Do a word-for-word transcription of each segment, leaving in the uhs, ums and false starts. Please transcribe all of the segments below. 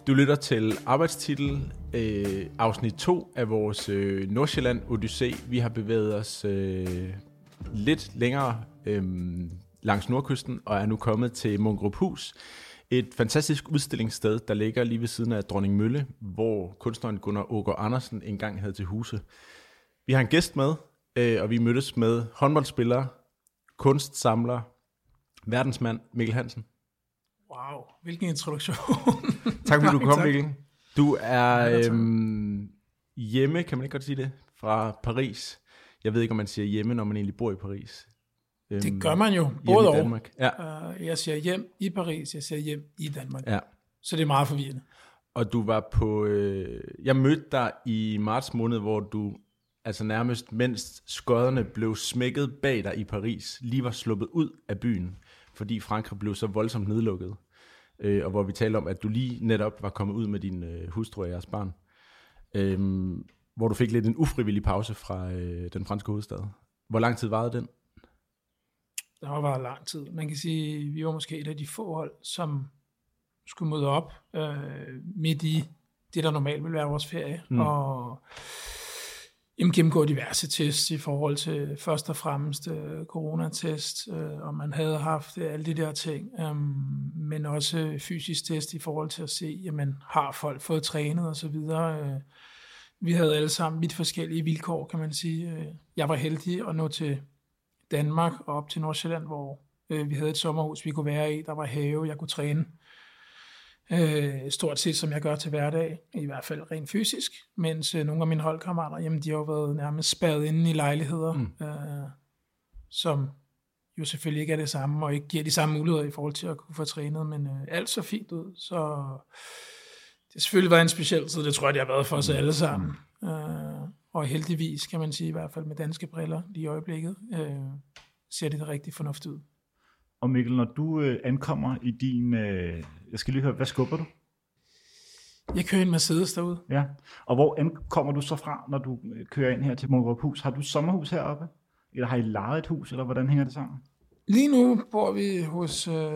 Du lytter til Arbejdstitel, øh, afsnit to af vores øh, Nordsjælland Odyssé. Vi har bevæget os øh, lidt længere øh, langs nordkysten og er nu kommet til Munkeruphus. Et fantastisk udstillingssted, der ligger lige ved siden af Dronningmølle, hvor kunstneren Gunnar Aagaard Andersen engang havde til huse. Vi har en gæst med, øh, og vi mødtes med håndboldspiller, kunstsamler, verdensmand Mikkel Hansen. Wow, hvilken introduktion. Tak fordi du kom, Mikkel. Du er øhm, hjemme, kan man ikke godt sige det, fra Paris. Jeg ved ikke, om man siger hjemme, når man egentlig bor i Paris. Øhm, det gør man jo, både og. Ja. Uh, jeg siger hjem i Paris, jeg siger hjem i Danmark. Ja. Så det er meget forvirrende. Og du var på... Øh, jeg mødte dig i marts måned, hvor du, altså nærmest mens skodderne blev smækket bag dig i Paris, lige var sluppet ud af byen, fordi Frankrig blev så voldsomt nedlukket. Øh, og hvor vi talte om, at du lige netop var kommet ud med din øh, hustru og jeres barn. Øh, hvor du fik lidt en ufrivillig pause fra øh, den franske hovedstad. Hvor lang tid varede den? Det var bare lang tid. Man kan sige, at vi var måske et af de få hold, som skulle møde op øh, midt i det, der normalt ville være vores ferie. Mm. Og jamen, gennemgå diverse tests i forhold til først og fremmest øh, coronatest, øh, og man havde haft øh, alle de der ting, øh, men også fysisk test i forhold til at se, jamen, har folk fået trænet og så videre. Øh, vi havde alle sammen vidt forskellige vilkår, kan man sige. Øh, jeg var heldig at nå til Danmark og op til Nordsjælland, hvor øh, vi havde et sommerhus, vi kunne være i, der var have, jeg kunne træne. Øh, stort set som jeg gør til hverdag, i hvert fald rent fysisk, mens øh, nogle af mine holdkammerater, jamen de har jo været nærmest spærret inde i lejligheder, mm. øh, som jo selvfølgelig ikke er det samme, og ikke giver de samme muligheder i forhold til at kunne få trænet, men øh, alt så fint ud, så det har selvfølgelig været en speciel tid, det tror jeg, det har været for os alle sammen, øh, og heldigvis kan man sige, i hvert fald med danske briller lige i øjeblikket, øh, ser det rigtig fornuftigt ud. Og Mikkel, når du øh, ankommer i din... Øh, jeg skal lige høre, hvad skubber du? Jeg kører en Mercedes derude. Ja, og hvor ankommer du så fra, når du kører ind her til Munkeruphus? Har du sommerhus heroppe? Eller har I lejet et hus, eller hvordan hænger det sammen? Lige nu bor vi hos... Øh,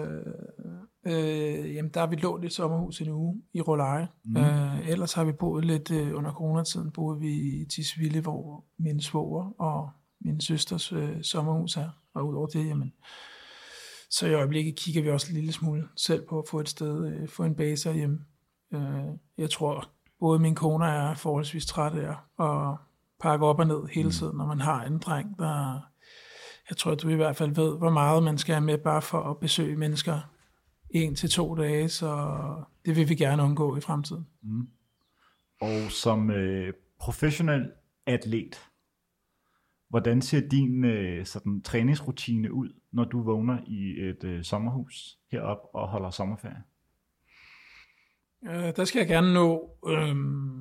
øh, jamen, der har vi lånt et sommerhus en uge i Råleje. Mm. Øh, ellers har vi boet lidt øh, under coronatiden, boede vi i Tisvilde, hvor min svoger og min søsters øh, sommerhus er. Og udover det, jamen... Så i øjeblikket kigger vi også en lille smule selv på at få et sted, øh, få en base hjemme. Øh, jeg tror, både min kone er forholdsvis træt af at pakke op og ned hele tiden, når man har en dreng, der... Jeg tror, at du i hvert fald ved, hvor meget man skal have med bare for at besøge mennesker en til to dage, så det vil vi gerne undgå i fremtiden. Mm. Og som øh, professionel atlet, hvordan ser din øh, sådan, træningsrutine ud, når du vågner i et øh, sommerhus heroppe og holder sommerferie? Øh, der skal jeg gerne nå øh,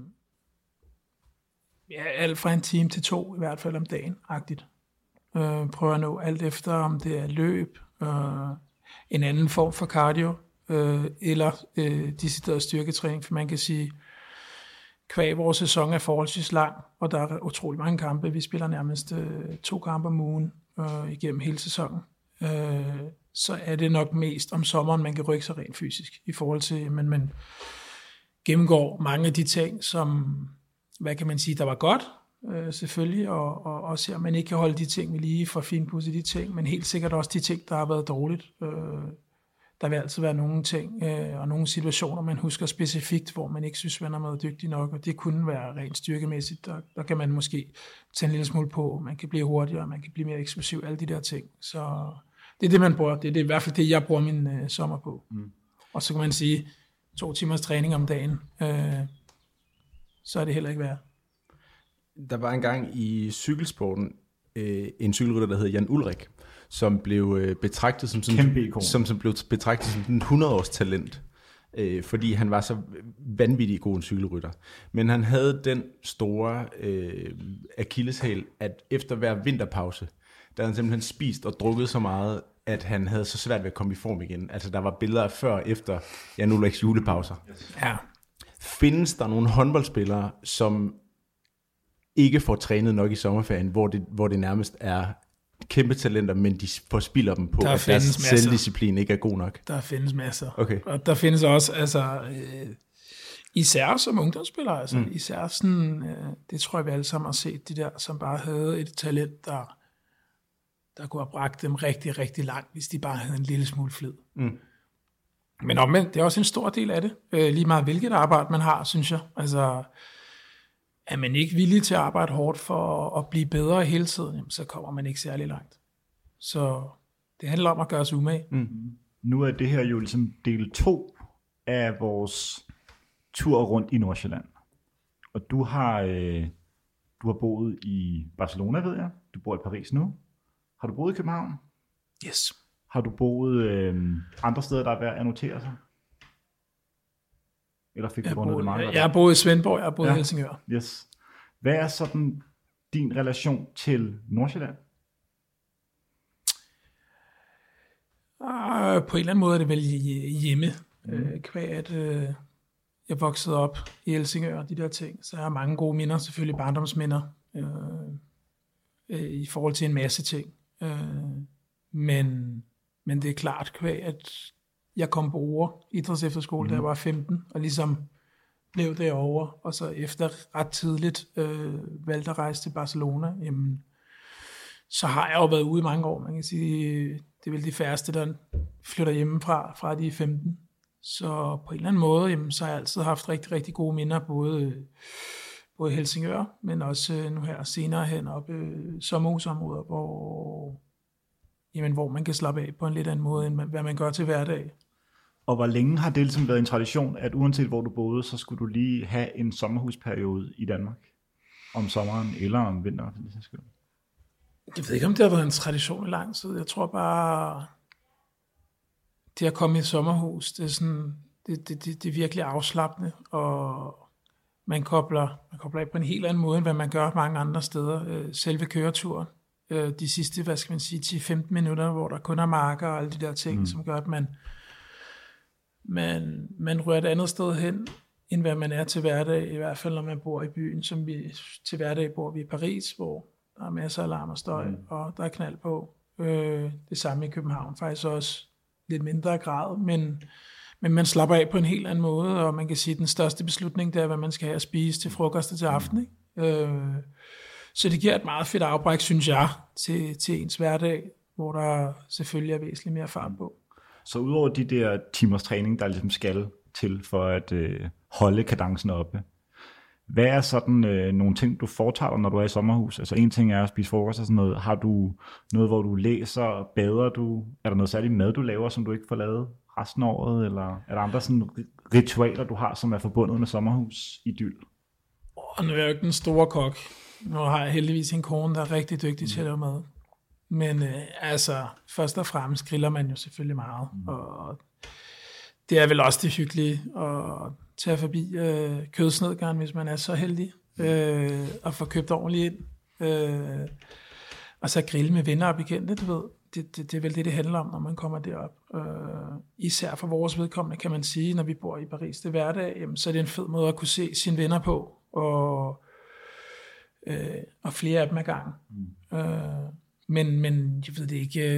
ja, alt fra en time til to, i hvert fald om dagen-agtigt. Øh, prøver at nå alt efter, om det er løb, øh, en anden form for cardio, øh, eller øh, decideret styrketræning, for man kan sige, kvæg vores sæson er forholdsvis lang, og der er utrolig mange kampe. Vi spiller nærmest øh, to kampe om ugen øh, igennem hele sæsonen. Øh, så er det nok mest om sommeren, man kan rykke sig rent fysisk, i forhold til, at man, man gennemgår mange af de ting, som, hvad kan man sige, der var godt, øh, selvfølgelig, og, og, og ser, at man ikke kan holde de ting ved lige for finpudse de ting, men helt sikkert også de ting, der har været dårligt. Øh, Der vil altid være nogle ting øh, og nogle situationer, man husker specifikt, hvor man ikke synes, man er meget dygtig nok, og det kunne være rent styrkemæssigt. Der, der kan man måske tage en lille smule på, man kan blive hurtigere, man kan blive mere eksplosiv, alle de der ting. Så det er det, man bruger. Det er, det, i hvert fald det, jeg bruger min øh, sommer på. Mm. Og så kan man sige, to timers træning om dagen, øh, så er det heller ikke værd. Der var engang i cykelsporten øh, en cykelrytter, der hed Jan Ulrik, som blev øh, betragtet som sådan, som, som blev betragtet som en hundrede-års talent, øh, fordi han var så vanvittig god en cykelrytter. Men han havde den store øh, akilleshæl, at efter hver vinterpause, der havde han simpelthen spist og drukket så meget, at han havde så svært ved at komme i form igen. Altså der var billeder af før og efter Jan Ulriks julepauser. Ja. Findes der nogle håndboldspillere, som ikke får trænet nok i sommerferien, hvor det, hvor det nærmest er kæmpe talenter, men de forspilder dem på, der at deres selvdisciplin ikke er god nok? Der findes masser. Okay. Og der findes også, altså, øh, Især som ungdomsspillere, altså. Mm. Især sådan, øh, det tror jeg, vi alle sammen har set, de der, som bare havde et talent, der, der kunne have bragt dem rigtig, rigtig langt, hvis de bare havde en lille smule flid. Mm. Men omvendt, det er også en stor del af det. Øh, lige meget hvilket arbejde man har, synes jeg. Altså, er man ikke villig til at arbejde hårdt for at blive bedre hele tiden, jamen, så kommer man ikke særlig langt. Så det handler om at gøre sig umage. Mm. Nu er det her jo ligesom del to af vores tur rundt i Nordsjælland. Og du har, øh, du har boet i Barcelona, ved jeg. Du bor i Paris nu. Har du boet i København? Yes. Har du boet øh, andre steder, der er værd at notere sig? Eller fik du bundet det meget? Jeg har boet i Svendborg, jeg har boet ja. i Helsingør. Yes. Hvad er sådan din relation til Nordsjælland? Uh, på en eller anden måde er det vel hjemme. Mm. Uh, kvæg at uh, jeg voksede op i Helsingør og de der ting. Så jeg har mange gode minder, selvfølgelig barndomsminder, uh, uh, i forhold til en masse ting. Uh, men, men det er klart kvæg, at jeg kom på Ore idrætsefterskole, mm. da jeg var femten, og ligesom blev derovre, og så efter ret tidligt øh, valgte at rejse til Barcelona, jamen, så har jeg jo været ude i mange år. Man kan sige, det er vel de færreste, der flytter hjemmefra, fra de femten. Så på en eller anden måde, jamen, så har jeg altid haft rigtig, rigtig gode minder, både, både Helsingør, men også nu her senere hen oppe i sommerhusområder, hvor, jamen, hvor man kan slappe af på en lidt anden måde, end hvad man gør til hverdag. Og hvor længe har det ligesom været en tradition, at uanset hvor du boede, så skulle du lige have en sommerhusperiode i Danmark? Om sommeren eller om vinteren? Jeg ved ikke, om det har været en tradition i lang tid. Jeg tror bare, det at komme i et sommerhus, det er, sådan, det, det, det, det er virkelig afslappende, og man kobler, man kobler af på en helt anden måde, end hvad man gør mange andre steder. Selve køreturen, de sidste, hvad skal man sige, ti til femten minutter, hvor der kun er marker og alle de der ting, mm. som gør, at man Man, man rører et andet sted hen, end hvad man er til hverdag, i hvert fald når man bor i byen, som vi til hverdag bor vi i Paris, hvor der er masser af larm og støj, mm. og der er knald på. Øh, det samme i København, faktisk også lidt mindre grad, men, men man slapper af på en helt anden måde, og man kan sige, at den største beslutning, det er, hvad man skal have at spise til frokost og til aften. Ikke? Øh, så det giver et meget fedt afbræk, synes jeg, til, til ens hverdag, hvor der selvfølgelig er væsentligt mere fart på. Så udover de der timers træning, der ligesom skal til for at øh, holde kadencen oppe, hvad er sådan øh, nogle ting, du foretager dig, når du er i sommerhus? Altså en ting er at spise frokost og sådan noget. Har du noget, hvor du læser, bader du? Er der noget særligt mad, du laver, som du ikke får lavet resten af året? Eller er der andre sådan ritualer, du har, som er forbundet med sommerhus idyll? Oh, nu er jeg jo ikke den store kok. Nu har jeg heldigvis en kone, der er rigtig dygtig mm. til at lave mad. Men øh, altså, først og fremmest griller man jo selvfølgelig meget, mm. og det er vel også det hyggelige at tage forbi øh, kødsnedgaren, hvis man er så heldig, øh, og få købt ordentligt ind, øh, og så grille med venner og bekendte, du ved. Det, det, det er vel det, det handler om, når man kommer derop. Øh, især for vores vedkommende, kan man sige, når vi bor i Paris til hverdag, jamen, så er det en fed måde at kunne se sine venner på, og, øh, og flere af dem ad gangen. Mm. Øh, Men, men jeg ved det ikke,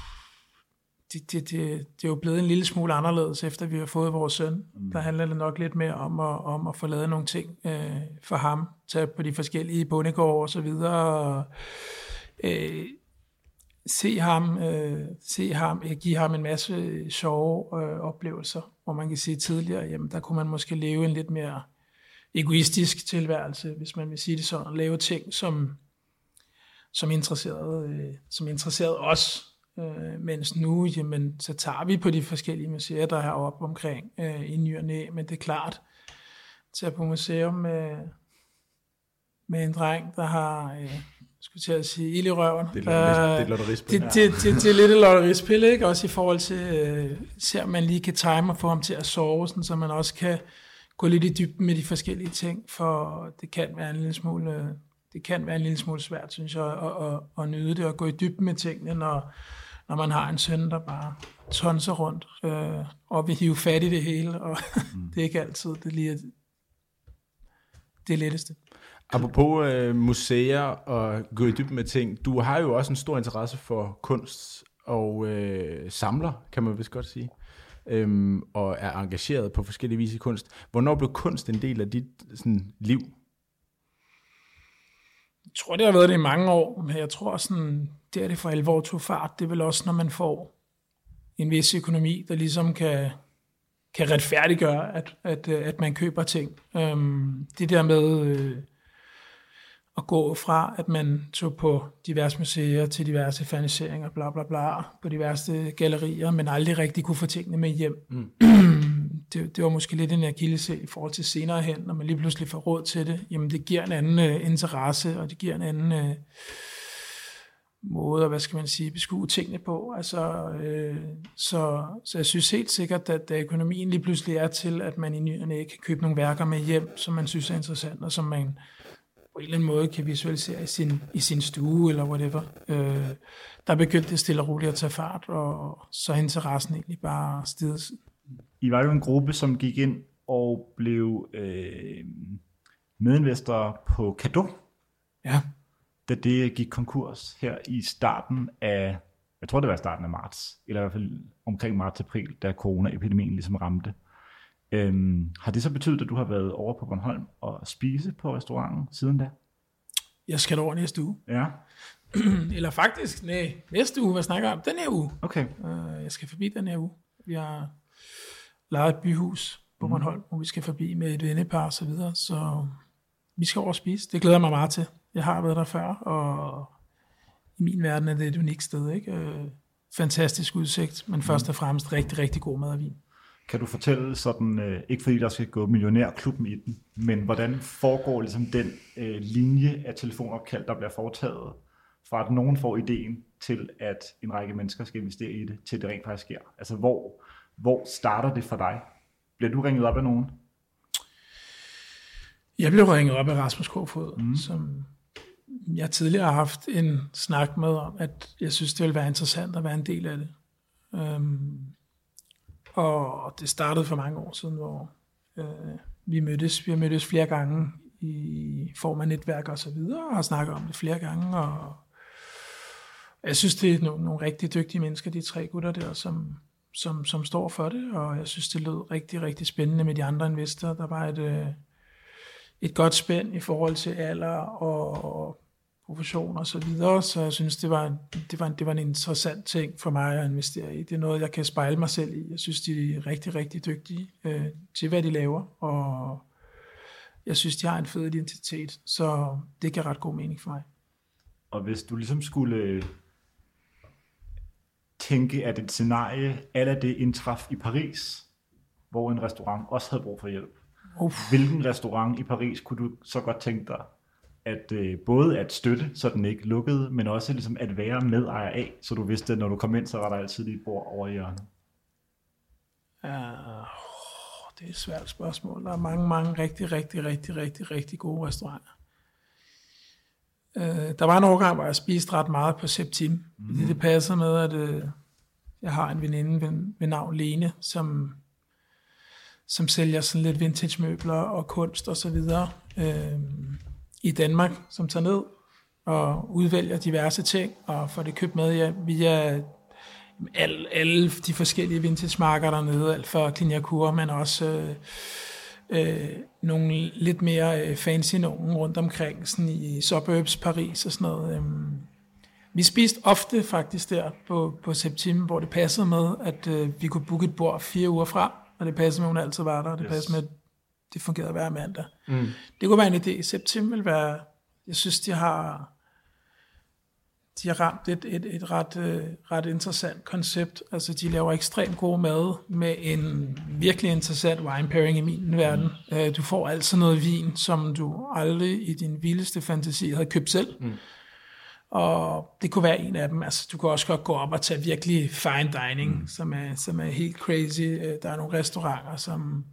det, det, det, det er jo blevet en lille smule anderledes, efter vi har fået vores søn. Mm. Der handler det nok lidt mere om at, om at få lavet nogle ting øh, for ham, tage på de forskellige bondegårde og så videre, og øh, se ham, øh, se ham, give ham en masse sjove øh, oplevelser, hvor man kan sige tidligere, jamen der kunne man måske leve en lidt mere egoistisk tilværelse, hvis man vil sige det sådan, og lave ting, som som interesserede, øh, som interesserede os, øh, mens nu, jamen, så tager vi på de forskellige museer, der er oppe omkring øh, i ny og næ, men det er klart, tage på museum med, med en dreng, der har, øh, skulle til at sige, ild i røven. Det er et lotterispil. Det, det, det, det er lidt et lotterispil, ikke? Også i forhold til, øh, ser om man lige kan time og få ham til at sove, sådan, så man også kan gå lidt i dybden med de forskellige ting, for det kan være en lille smule... Øh, Det kan være en lille smule svært, synes jeg, at, at, at nyde det og gå i dybden med tingene, når, når man har en søn, der bare tonser rundt øh, og vil hive fat i det hele, og mm. det er ikke altid det lige det letteste. Apropos øh, museer og gå i dybden med ting, du har jo også en stor interesse for kunst og øh, samler, kan man vist godt sige. øhm, og er engageret på forskellige vis i kunst. Hvornår blev kunst en del af dit sådan, liv? Jeg tror, det har været det i mange år, men jeg tror sådan, det er det for alvor tog fart. Det er vel også, når man får en vis økonomi, der ligesom kan, kan retfærdiggøre, at, at, at man køber ting. Øhm, det der med øh, at gå fra, at man tog på diverse museer til diverse faniseringer, bla bla bla, på diverse gallerier, men aldrig rigtig kunne få tingene med hjem. Mm. Det, det var måske lidt en akilleshæl i forhold til senere hen, når man lige pludselig får råd til det. Jamen, det giver en anden øh, interesse, og det giver en anden øh, måde, hvad skal man sige, beskue tingene på. Altså, øh, så, så jeg synes helt sikkert, at da økonomien lige pludselig er til, at man i ny og næ kan købe nogle værker med hjem, som man synes er interessant, og som man på en eller anden måde kan visualisere i sin, i sin stue, eller whatever. Øh, der begyndte det stille og roligt at tage fart, og så er interessen egentlig bare steget. I var jo en gruppe, som gik ind og blev øh, medinvestorer på Cadeau. Ja. Da det gik konkurs her i starten af, jeg tror det var i starten af marts, eller i hvert fald omkring marts-april, da coronaepidemien ligesom ramte. Øhm, har det så betydet, at du har været over på Bornholm og spise på restauranten siden da? Jeg skal over næste uge. Ja. Eller faktisk, nej, næste uge, hvad snakker jeg om? Den her uge. Okay. Uh, jeg skal forbi den her uge. Vi har lejet et byhus på Bornholm, mm. hvor vi skal forbi med et vennepar og så videre, så vi skal over og spise. Det glæder mig meget til. Jeg har været der før, og i min verden er det et unikt sted, ikke? Uh, fantastisk udsigt, men mm. først og fremmest rigtig, rigtig god mad og vin. Kan du fortælle sådan, øh, ikke fordi der skal gå millionærklubben i den, men hvordan foregår ligesom den øh, linje af telefonopkald, der bliver foretaget, fra at nogen får ideen til, at en række mennesker skal investere i det, til det rent faktisk sker? Altså, hvor, hvor starter det for dig? Bliver du ringet op af nogen? Jeg blev ringet op af Rasmus Kofod, mm. som jeg tidligere har haft en snak med om, at jeg synes, det ville være interessant at være en del af det. Um, Og det startede for mange år siden, hvor øh, vi mødtes. Vi har mødtes flere gange i form af netværk og så videre, og har snakket om det flere gange. Og jeg synes, det er nogle, nogle rigtig dygtige mennesker, de tre gutter der, som, som, som står for det. Og jeg synes, det lød rigtig, rigtig spændende med de andre investorer. Der var et, øh, et godt spænd i forhold til alder og profession og så videre, så jeg synes, det var, en, det, var en, det var en interessant ting for mig at investere i. Det er noget, jeg kan spejle mig selv i. Jeg synes, de er rigtig, rigtig dygtige øh, til, hvad de laver, og jeg synes, de har en fed identitet, så det giver ret god mening for mig. Og hvis du ligesom skulle tænke, at et scenarie af det indtraf i Paris, hvor en restaurant også havde brug for hjælp, Uf. hvilken restaurant i Paris kunne du så godt tænke dig, at øh, både at støtte, så den ikke lukkede, men også ligesom at være medejer af, så du vidste, at når du kom ind, så var der altid dit bord over i hjørnet? Uh, det er et svært spørgsmål. Der er mange, mange rigtig, rigtig, rigtig, rigtig, rigtig gode restauranter. Uh, der var en overgang, hvor jeg spiste ret meget på Septim, mm. fordi det passer med, at uh, jeg har en veninde ved, ved navn Lene, som, som sælger sådan lidt vintage møbler og kunst og så videre. Uh, i Danmark, som tager ned og udvælger diverse ting og får det købt med ja, via alle, alle de forskellige vintage-marker dernede, alt fra Clignancourt, men også øh, øh, nogle lidt mere øh, fancy nogen rundt omkring, sådan i suburbs, Paris og sådan noget. Øhm, vi spiste ofte faktisk der på, på Septim, hvor det passede med, at øh, vi kunne booke et bord fire uger fra, og det passede med, at hun altid var der, og det yes. passede med, det fungerede hver mandag. Mm. Det kunne være en idé. Septim vil være, jeg synes, de har, de har ramt et, et, et ret, uh, ret interessant koncept. Altså, de laver ekstremt god mad med en virkelig interessant wine pairing i min verden. Mm. Uh, du får altså noget vin, som du aldrig i din vildeste fantasi havde købt selv. Mm. Og det kunne være en af dem. Altså, du kan også godt gå op og tage virkelig fine dining, mm. som, er, som er helt crazy. Uh, der er nogle restauranter, som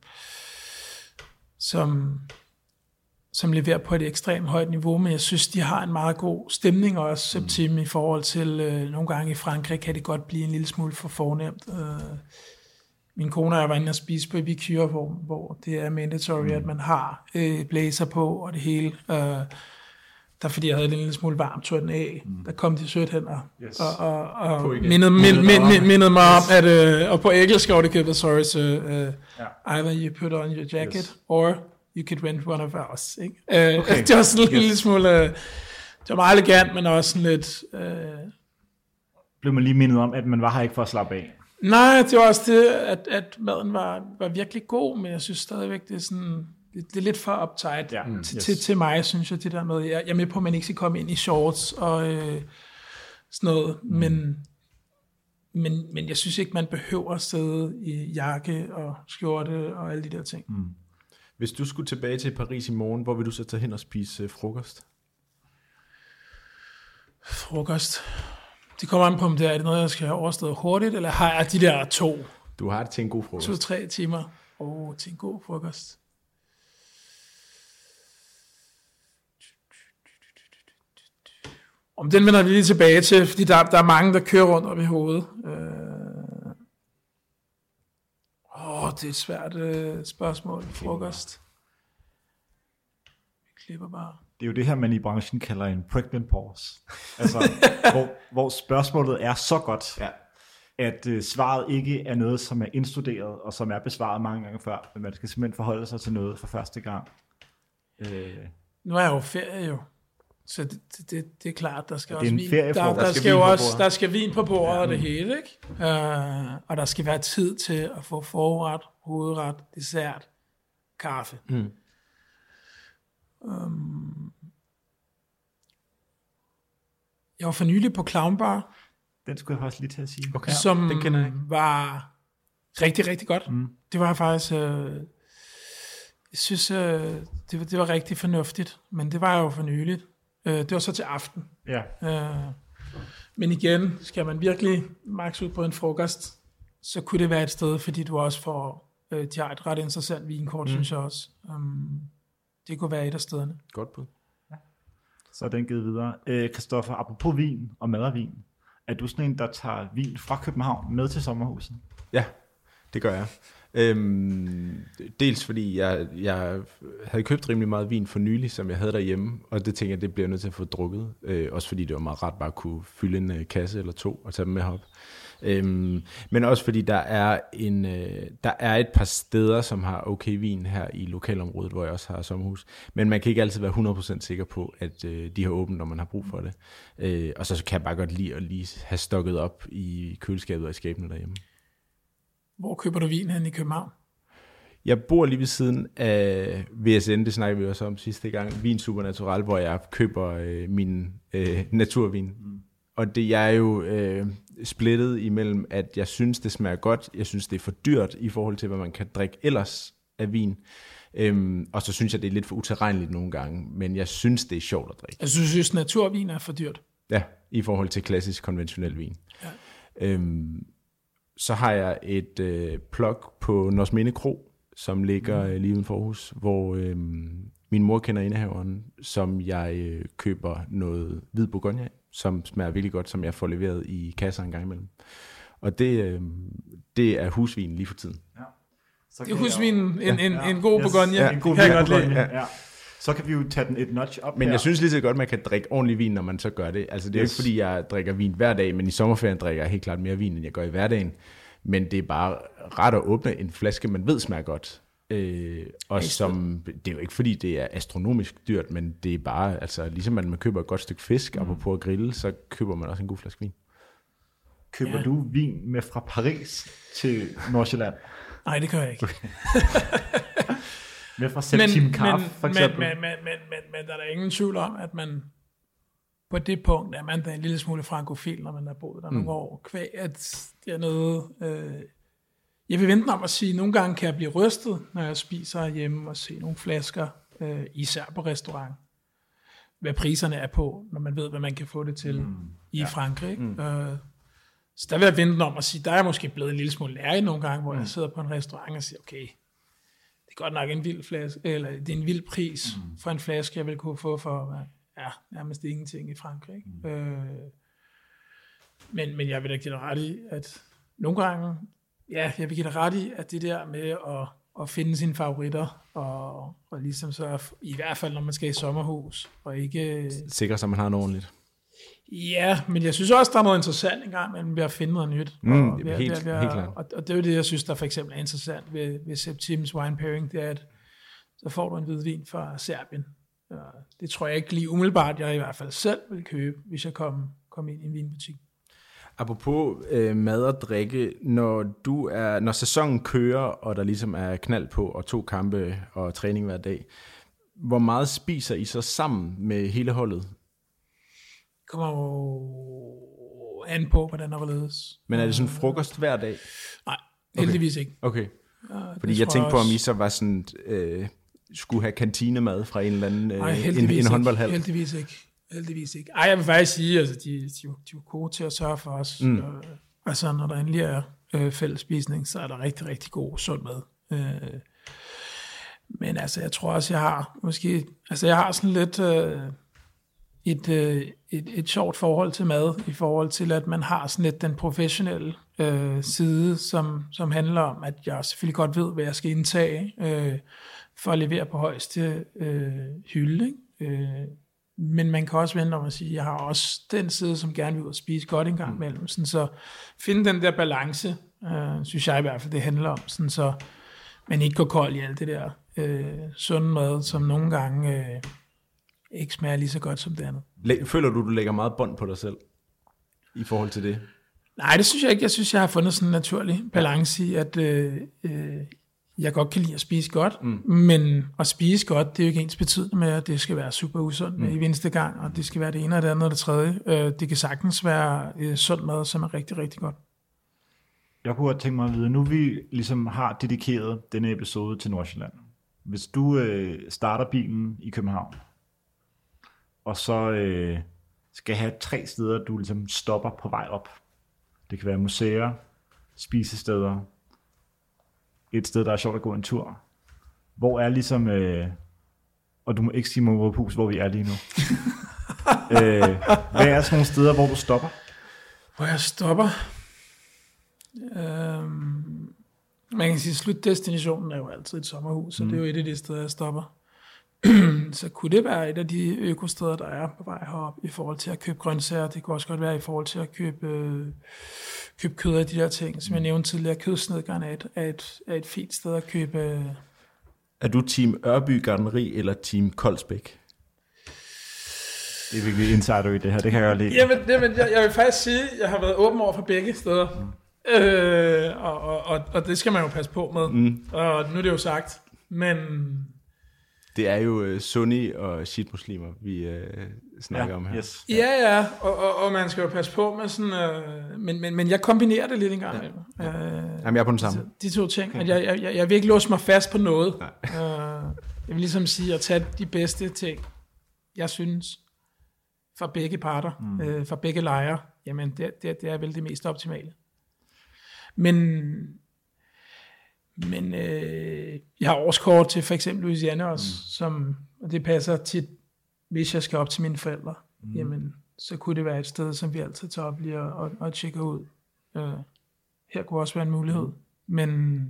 som, som leverer på et ekstremt højt niveau, men jeg synes, de har en meget god stemning også, Septim, mm. i forhold til, øh, nogle gange i Frankrig kan det godt blive en lille smule for fornemt. Øh, min kone og jeg var inde og spise på Epicure, hvor, hvor det er mandatory, mm. at man har øh, blazer på og det hele. Øh, der fordi jeg havde en lille smule varmt tog den af, mm. der kom de sødt hen og, Yes. og, og, og På igen. mindede, mind, Mindede mind, dig om. mind, mindede mig om, at, øh, og på engelsk skrev det købet, sorry, so, uh, Ja. either you put on your jacket, Yes. or you could rent one of ours. Ikke? Øh, Okay. det var sådan en Yes. lille smule, øh, det var meget elegant, men også sådan lidt... Øh, Blev man lige mindet om, at man var her ikke for at slappe af. nej, det var også det, at, at maden var, var virkelig god, men jeg synes stadigvæk, det er sådan... Det, det er lidt for uptight Ja. Mm. til, Yes. til, til mig, synes jeg, det der med, jeg, jeg er med på, at man ikke skal komme ind i shorts og øh, sådan noget, mm. men, men, men jeg synes ikke, man behøver at sidde i jakke og skjorte og alle de der ting. Mm. Hvis du skulle tilbage til Paris i morgen, hvor vil du så tage hen og spise øh, frokost? Frokost. Det kommer an på, om det er, er det noget, jeg skal have overstået hurtigt, eller har jeg de der to, Du har det til en god frokost. to-tre timer oh, til en god frokost. Om den vender vi lige tilbage til, fordi der, der er mange, der kører rundt op i hovedet. Øh... Åh, det er et svært øh, spørgsmål. Frokost. Vi klipper bare. Det er jo det her, man i branchen kalder en pregnant pause. Altså, hvor, hvor spørgsmålet er så godt, Ja. at øh, svaret ikke er noget, som er indstuderet, og som er besvaret mange gange før, men man skal simpelthen forholde sig til noget for første gang. Øh, Nu er jeg jo ferie jo. Så det, det, det, det er klart, der skal det er også en vin. feriefrokost. Der, der, Der skal skal jo vin på også, bordet. der skal vin på bordet og det hele, ikke? Uh, og der skal være tid til at få forret, hovedret, dessert, kaffe. Mm. Um, jeg var for nylig på Clown Bar, den skulle jeg faktisk lige til at sige. Okay. som den kender jeg ikke. var rigtig, rigtig godt. Mm. Det var faktisk... Uh, jeg synes, uh, det, var, det var rigtig fornuftigt, men det var jo for nyligt. Uh, det var så til aften. Ja. Uh, men igen, skal man virkelig max ud på en frokost, så kunne det være et sted, fordi du også får, uh, de har et ret interessant vinkort, mm. synes jeg også. Um, det kunne være et af stederne. Godt bud. Så er den givet videre. Øh, Christoffer, apropos vin og mad og vin, er du sådan en, der tager vin fra København med til sommerhuset? Ja, det gør jeg. Øhm, dels fordi jeg, jeg havde købt rimelig meget vin for nylig, som jeg havde derhjemme, og det tænker jeg, det bliver jeg nødt til at få drukket. Øh, også fordi det var meget rart bare at kunne fylde en øh, kasse eller to og tage dem med herop. Øhm, men også fordi der er, en, øh, der er et par steder, som har okay vin her i lokalområdet, hvor jeg også har sommerhus. Men man kan ikke altid være hundrede procent sikker på, at øh, de har åbent, når man har brug for det. Øh, og så kan jeg bare godt lide at lige have stokket op i køleskabet og i skabene derhjemme. Hvor køber du vin hen i København? Jeg bor lige ved siden af V S N, det snakkede vi også om sidste gang, Vin Supernatural, hvor jeg køber øh, min øh, naturvin. Mm. Og det jeg er jo øh, splittet imellem, at jeg synes, det smager godt, jeg synes, det er for dyrt i forhold til, hvad man kan drikke ellers af vin. Øhm, og så synes jeg, det er lidt for utilregneligt nogle gange, men jeg synes, det er sjovt at drikke. Altså, du synes, naturvin er for dyrt? Ja, i forhold til klassisk konventionel vin. Ja. Øhm, så har jeg et øh, plug på Norsminde Kro, som ligger øh, lige uden for Aarhus, hvor øh, min mor kender indehaveren, som jeg øh, køber noget hvid bourgogne af, som smager virkelig godt, som jeg får leveret i kasser en gang imellem. Og det, øh, det er husvin lige for tiden. Ja. Så Det er husvinen, en, en, Ja. en god Yes. bourgogne. Ja, en god kan jeg godt lide. bourgogne. Ja. Så kan vi jo tage den et notch op Men her. jeg synes lige så godt, man kan drikke ordentlig vin, når man så gør det. Altså det er Yes. jo ikke, fordi jeg drikker vin hver dag, men i sommerferien drikker jeg helt klart mere vin, end jeg gør i hverdagen. Men det er bare ret at åbne en flaske, man ved smager godt. Øh, og som, det er jo ikke, fordi det er astronomisk dyrt, men det er bare, altså ligesom man, man køber et godt stykke fisk, mm. apropos at grille, så køber man også en god flaske vin. Køber Ja. du vin med fra Paris til Nordsjælland? Nej, det gør jeg ikke. Med fra Septim Kaffe, for eksempel? Men, men, men, men, men, men der er der ingen tvivl om, at man på det punkt er man da en lille smule frankofil, når man har boet der mm. nogle år. Kvæg, at det er noget... Øh, jeg vil vente om at sige, at nogle gange kan jeg blive rystet, når jeg spiser hjemme og se nogle flasker, øh, især på restaurant. Hvad priserne er på, når man ved, hvad man kan få det til mm. i ja. Frankrig. Ikke? Mm. Øh, så der vil jeg vente om at sige, der er jeg måske blevet en lille smule lærig nogle gange, hvor mm. jeg sidder på en restaurant og siger, okay, det er godt nok en vild flaske, eller det er en vild pris mm. for en flaske, jeg vil kunne få for ja, nærmest ingenting i Frankrig. Mm. Øh, men, men jeg vil da give dig ret i, at nogle gange, ja, jeg vil give dig ret i, at det der med at at finde sine favoritter, og, og ligesom så, i hvert fald når man skal i sommerhus, og ikke... Sikker, så man har noget ordentligt. Ja, men jeg synes også, der er noget interessant engang mellem ved at finde noget nyt. Mm, og, ved, helt, ved, ved, helt klart. Og, og det er jo det, jeg synes, der for eksempel er interessant ved, ved Septims wine pairing, det er, at så får du en hvidvin fra Serbien. Det tror jeg ikke lige umiddelbart, jeg i hvert fald selv vil købe, hvis jeg kom, kom ind i en vinbutik. Apropos øh, mad og drikke, når, du er, når sæsonen kører, og der ligesom er knald på, og to kampe og træning hver dag, hvor meget spiser I så sammen med hele holdet? Det kommer jo an på, hvordan der var ledes. Men er det sådan frokost hver dag? Nej, heldigvis ikke. Okay. Ja, fordi jeg tænkte på, om I så var sådan, øh, skulle have kantinemad fra en eller anden øh, Nej, en, en håndboldhal. Heldigvis ikke. Heldigvis ikke. Ej, jeg vil faktisk sige, altså, de, de, de er gode til at sørge for os. Mm. Øh, altså, når der endelig er øh, fællesspisning, så er der rigtig, rigtig god sund mad. Øh, men altså, jeg tror også, jeg har måske, altså, jeg har sådan lidt øh, et, øh, et, et sjovt forhold til mad, i forhold til, at man har sådan lidt den professionelle øh, side, som, som handler om, at jeg selvfølgelig godt ved, hvad jeg skal indtage, øh, for at levere på højeste øh, hylde, ikke? Øh, men man kan også vente om at sige, at jeg har også den side, som gerne vil ud og spise godt en gang imellem. Sådan så finde den der balance, øh, synes jeg i hvert fald, det handler om. Sådan så man ikke går kold i alt det der øh, sunde mad, som nogle gange øh, ikke smager lige så godt som det andet. Føler du, du lægger meget bånd på dig selv i forhold til det? Nej, det synes jeg ikke. Jeg synes, jeg har fundet sådan en naturlig balance i, at øh, øh, jeg godt kan lide at spise godt, mm. men at spise godt, det er jo ikke ens betydende med, at det skal være super usundt mm. i mindste gang, og det skal være det ene og det andet og det tredje. Øh, det kan sagtens være øh, sund mad, som er rigtig, rigtig godt. Jeg kunne godt tænke mig at vide, nu vi ligesom har dedikeret denne episode til Nordsjælland. Hvis du øh, starter bilen i København, og så øh, skal have tre steder, du ligesom stopper på vej op. Det kan være museer, spisesteder, et sted, der er sjovt at gå en tur. Hvor er ligesom, øh, og du må ikke sige Monroe-hus, hvor vi er lige nu. øh, hvad er sådan nogle steder, hvor du stopper? Hvor jeg stopper? Øhm, man kan sige, at slutdestinationen er jo altid et sommerhus, så mm. det er jo et af de steder, jeg stopper. Så kunne det være et af de økosteder, der er på vej herop, i forhold til at købe grøntsager. Det kunne også godt være i forhold til at købe, øh, købe kød af de der ting. Som jeg nævnte tidligere, kødsnedgerne er et, er, et, er et fint sted at købe. Øh. Er du team Ørby Gartneri eller team Koldsbæk? Det er virkelig insider i det her, det kan jeg godt lide. Jamen, jamen jeg, jeg vil faktisk sige, at jeg har været åben over for begge steder. Mm. Øh, og, og, og, og det skal man jo passe på med. Mm. Og nu er det jo sagt. Men... Det er jo uh, sunni og shit-muslimer, vi uh, snakker ja, om her. Yes. Ja, ja, og, og, og man skal jo passe på med sådan... Uh, men, men, men jeg kombinerer det lidt en gang. Ja. Ja. Uh, Jamen, jeg er på den samme. De, de to ting. Okay. At jeg, jeg, jeg, jeg vil ikke låse mig fast på noget. Uh, jeg vil ligesom sige at tage de bedste ting, jeg synes, fra begge parter, mm. uh, fra begge lejre. Jamen, det, det, det er vel det mest optimale. Men... Men øh, jeg har årskort til for eksempel Louisiana også, mm. som, og det passer tit, hvis jeg skal op til mine forældre, mm. jamen, så kunne det være et sted, som vi altid tager op lige og, og, og tjekker ud. Øh, her kunne også være en mulighed. Mm. Men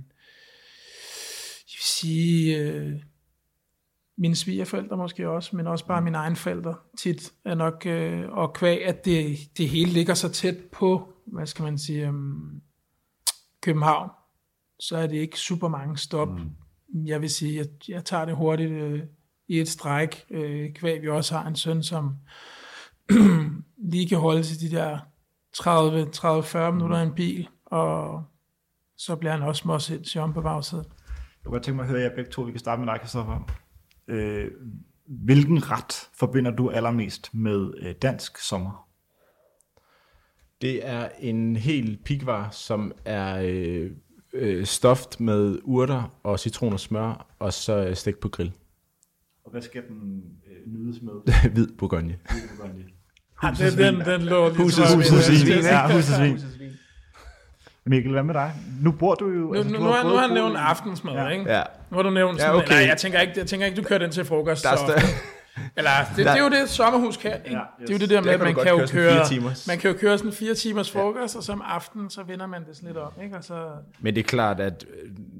jeg vil sige, øh, mine svigerforældre måske også, men også bare mine egne forældre tit er nok, øh, og kvæg, at det, det hele ligger så tæt på, hvad skal man sige, øh, København, så er det ikke super mange stop. Mm. Jeg vil sige, at jeg tager det hurtigt øh, i et stræk. Øh, kvæg vi også har en søn, som lige kan holde til de der tredive til fyrre minutter i en bil, og så bliver han også mosset til om på bagsiden. Jeg kunne godt tænke mig at høre jer begge to. Vi kan starte med dig, Christoffer. Øh, hvilken ret forbinder du allermest med øh, dansk sommer? Det er en hel pikvar, som er... Øh, stoft med urter og citron og smør, og så stegt på grill. Og hvad skal den øh, nydes med? Hvid bourgogne. Hvid bourgogne. Husets den, den, den lå lige husets, husets svin. Ja, husets svin. Mikkel, hvad med dig? Nu bor du jo... Nu, altså, nu, du nu har, har han nævnt aftensmad, ja. ikke? Ja. Nu har du nævnt sådan... Ja, okay. Nej, jeg tænker, ikke, jeg tænker ikke, du kører den til frokost. Der så, eller, det, det er jo det, sommerhus kan, ikke? Ja, yes. Det er jo det der med, at man kan, jo køre, man kan jo køre sådan fire timers frokost, ja. Og så om aftenen, så vender man det sådan lidt op, ikke? Og så... Men det er klart, at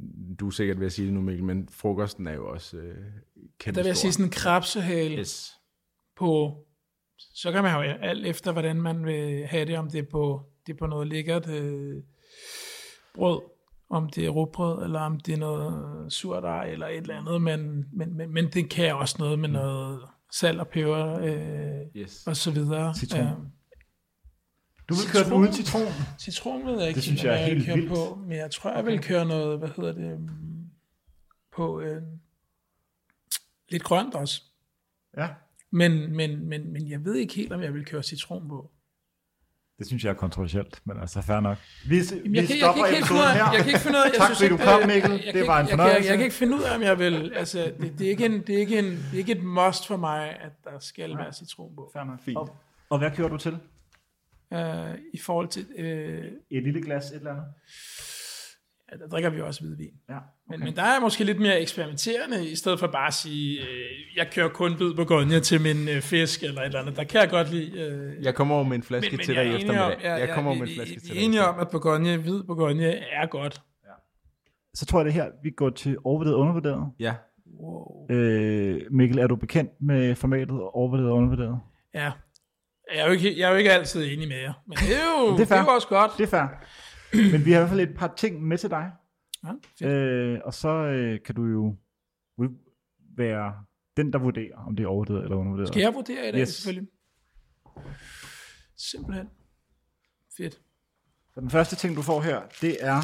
du er sikkert ved at sige det nu, Mikkel, men frokosten er jo også øh, kæmpe Der vil jeg stor. sige sådan en krabsehale Yes. på, så kan man jo alt efter, hvordan man vil have det, om det er på, det er på noget lækkert øh, brød, om det er rugbrød, eller om det er noget surdej, eller et eller andet, men, men, men, men det kan også noget med noget salt og peber, øh, Yes. og så videre. Citron. Øh, Du vil køre den uden citron? Citron ved jeg ikke, Det synes hvad jeg er helt kører vildt. på, men jeg tror, jeg vil køre noget, hvad hedder det, um, på øh, lidt grønt også. Ja. Men, men, men, men jeg ved ikke helt, om jeg vil køre citron på. Det synes jeg er kontroversielt, men altså fair nok. Vi, Jamen, vi jeg, kan, jeg, stopper kan ikke helt finde ud episoden af, her. jeg kan ikke finde ud af, jeg Tak synes fordi du ikke, kom, jeg- Mikkel. jeg- jeg Det kan var ikke- en jeg kan- fornøjelse. Jeg kan ikke finde ud af, om jeg vil, altså, det, det, er ikke en, det, er ikke en, det er ikke et must for mig, at der skal være citron på. Fair nok. Fint. Og, og hvad kører du til? Uh, I forhold til, uh, Et lille glas, et eller andet? ja, der drikker vi jo også hvidvin. Ja, Men, men der er måske lidt mere eksperimenterende, i stedet for bare at sige, øh, jeg kører kun hvid bourgogne til min øh, fisk, eller et eller andet. Der kan jeg godt lide... Øh, Jeg kommer over med en flaske men, men til jeg dig i er enig om, eftermiddag. ja, Jeg kommer over ja, med en vi- flaske vi- til Vi dig. er enige om, at bourgogne, hvid bourgogne er godt. Så tror jeg det her, vi går til overvurderet og undervurderet. Ja. Wow. Øh, Mikkel, er du bekendt med formatet overvurderet og undervurderet? Ja. Jeg er, jo ikke, jeg er jo ikke altid enig med jer, men det er jo, Det er det fair. er jo også godt. Det er fair. Men vi har i hvert fald et par ting med til dig. Ja, fedt. Øh, og så øh, kan du jo være den, der vurderer, om det er overvurderet eller undervurderet. Skal jeg vurdere i dag, Yes. selvfølgelig? Simpelthen. Fedt. Så den første ting, du får her, det er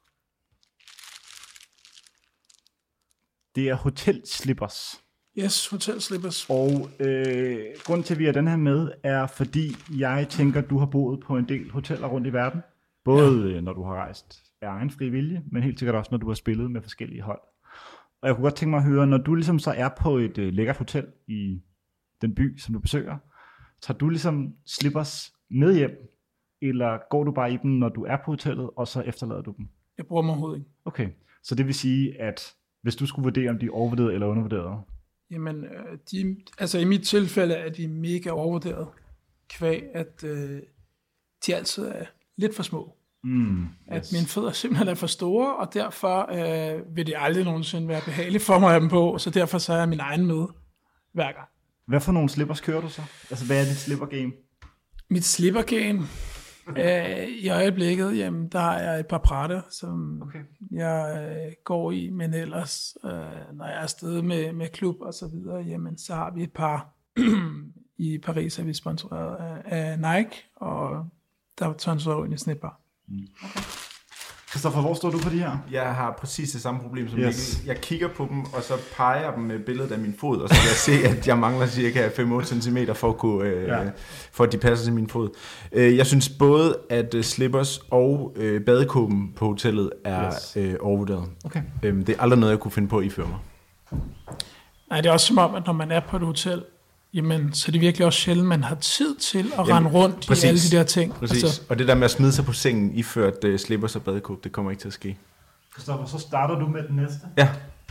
det er Hotel Slippers. Yes, Hotel Slippers. Og øh, grunden til, at vi har den her med, er fordi jeg tænker, du har boet på en del hoteller rundt i verden. Både ja. når du har rejst af egen fri vilje, men helt sikkert også, når du har spillet med forskellige hold. Og jeg kunne godt tænke mig at høre, når du ligesom så er på et øh, lækkert hotel i den by, som du besøger, tager du ligesom slippers med hjem, eller går du bare i dem, når du er på hotellet, og så efterlader du dem? Jeg bruger mig overhovedet ikke. Okay, så det vil sige, at hvis du skulle vurdere, om de er overvurderet eller undervurderet. Jamen, øh, de, altså i mit tilfælde er de mega overvurderet, kvæg, at øh, de altid er lidt for små. Mm, At mine fødder simpelthen er for store, og derfor øh, vil det aldrig nogensinde være behageligt for mig at have dem på, så derfor så er jeg min egen med hver gang. Hvad for nogle slippers kører du så? Altså, hvad er dit slipper game? Mit slippergame, øh, i øjeblikket, jamen, der har jeg et par Prada, som Okay. jeg øh, går i, men ellers, øh, når jeg er afsted med, med klub og så videre, jamen, så har vi et par i Paris, er vi sponsoreret af, af Nike, og der er tonseret ind i snitbar. Christoffer, hvor står du på de her? Jeg har præcis det samme problem som Yes. Mikkel. Jeg kigger på dem, og så peger jeg dem med billedet af min fod, og så kan jeg se, at jeg mangler cirka fem til otte centimeter for at, kunne, øh, Ja. for at de passer til min fod. Øh, jeg synes både, at øh, slippers og øh, badekåben på hotellet er Yes. øh, overvurderet. Okay. Øh, det er aldrig noget, jeg kunne finde på at iføre mig. Nej, det er også som om, at når man er på et hotel, jamen, så er det virkelig også sjældent, man har tid til at rende rundt præcis. i alle de der ting. Præcis. Altså, Og det der med at smide sig på sengen, iført øh, slippers og badekåbe, det kommer ikke til at ske. Christoffer, så starter du med den næste. Ja.